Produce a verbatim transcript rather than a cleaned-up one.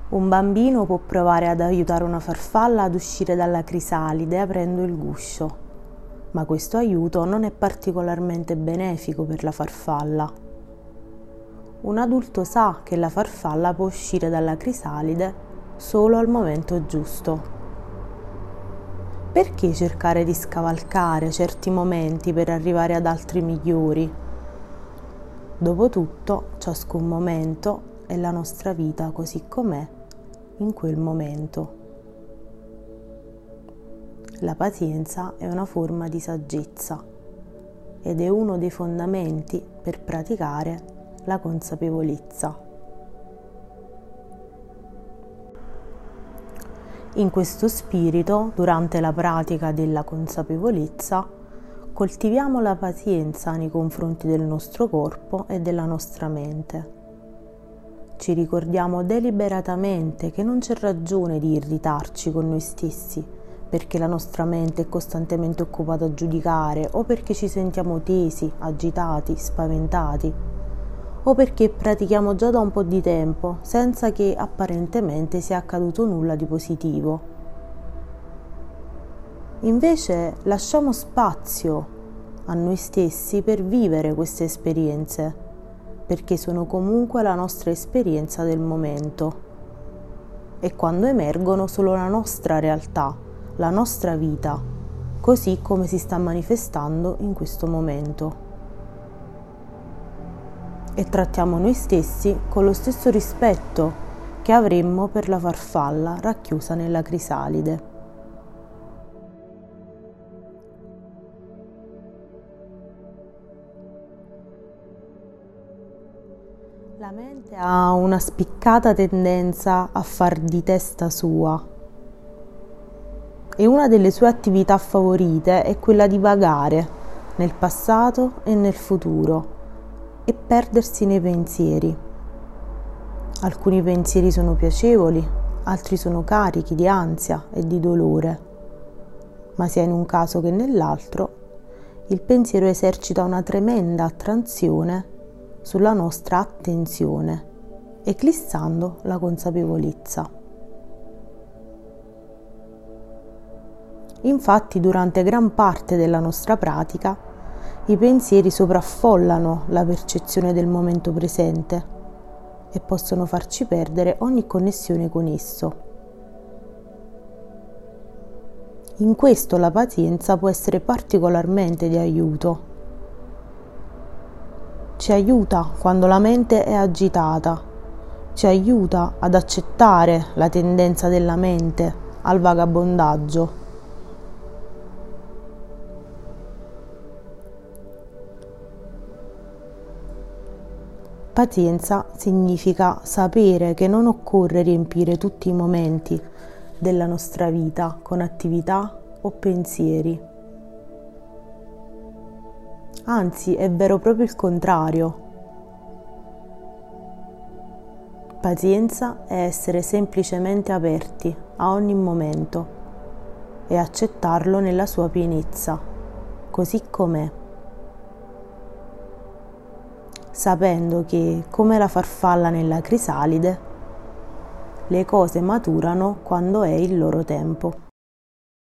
Un bambino può provare ad aiutare una farfalla ad uscire dalla crisalide aprendo il guscio, ma questo aiuto non è particolarmente benefico per la farfalla. Un adulto sa che la farfalla può uscire dalla crisalide solo al momento giusto. Perché cercare di scavalcare certi momenti per arrivare ad altri migliori? Dopotutto, ciascun momento è la nostra vita così com'è in quel momento. La pazienza è una forma di saggezza ed è uno dei fondamenti per praticare la consapevolezza. In questo spirito, durante la pratica della consapevolezza, coltiviamo la pazienza nei confronti del nostro corpo e della nostra mente. Ci ricordiamo deliberatamente che non c'è ragione di irritarci con noi stessi perché la nostra mente è costantemente occupata a giudicare o perché ci sentiamo tesi, agitati, spaventati o perché pratichiamo già da un po' di tempo senza che apparentemente sia accaduto nulla di positivo. Invece lasciamo spazio a noi stessi per vivere queste esperienze, perché sono comunque la nostra esperienza del momento e quando emergono solo la nostra realtà, la nostra vita, così come si sta manifestando in questo momento. E trattiamo noi stessi con lo stesso rispetto che avremmo per la farfalla racchiusa nella crisalide. La mente ha una spiccata tendenza a far di testa sua e una delle sue attività favorite è quella di vagare nel passato e nel futuro e perdersi nei pensieri. Alcuni pensieri sono piacevoli, altri sono carichi di ansia e di dolore, ma sia in un caso che nell'altro, il pensiero esercita una tremenda attrazione sulla nostra attenzione, eclissando la consapevolezza. Infatti, durante gran parte della nostra pratica, i pensieri sopraffollano la percezione del momento presente e possono farci perdere ogni connessione con esso. In questo la pazienza può essere particolarmente di aiuto. Ci aiuta quando la mente è agitata, ci aiuta ad accettare la tendenza della mente al vagabondaggio. Pazienza significa sapere che non occorre riempire tutti i momenti della nostra vita con attività o pensieri. Anzi, è vero proprio il contrario. Pazienza è essere semplicemente aperti a ogni momento e accettarlo nella sua pienezza, così com'è, sapendo che, come la farfalla nella crisalide, le cose maturano quando è il loro tempo.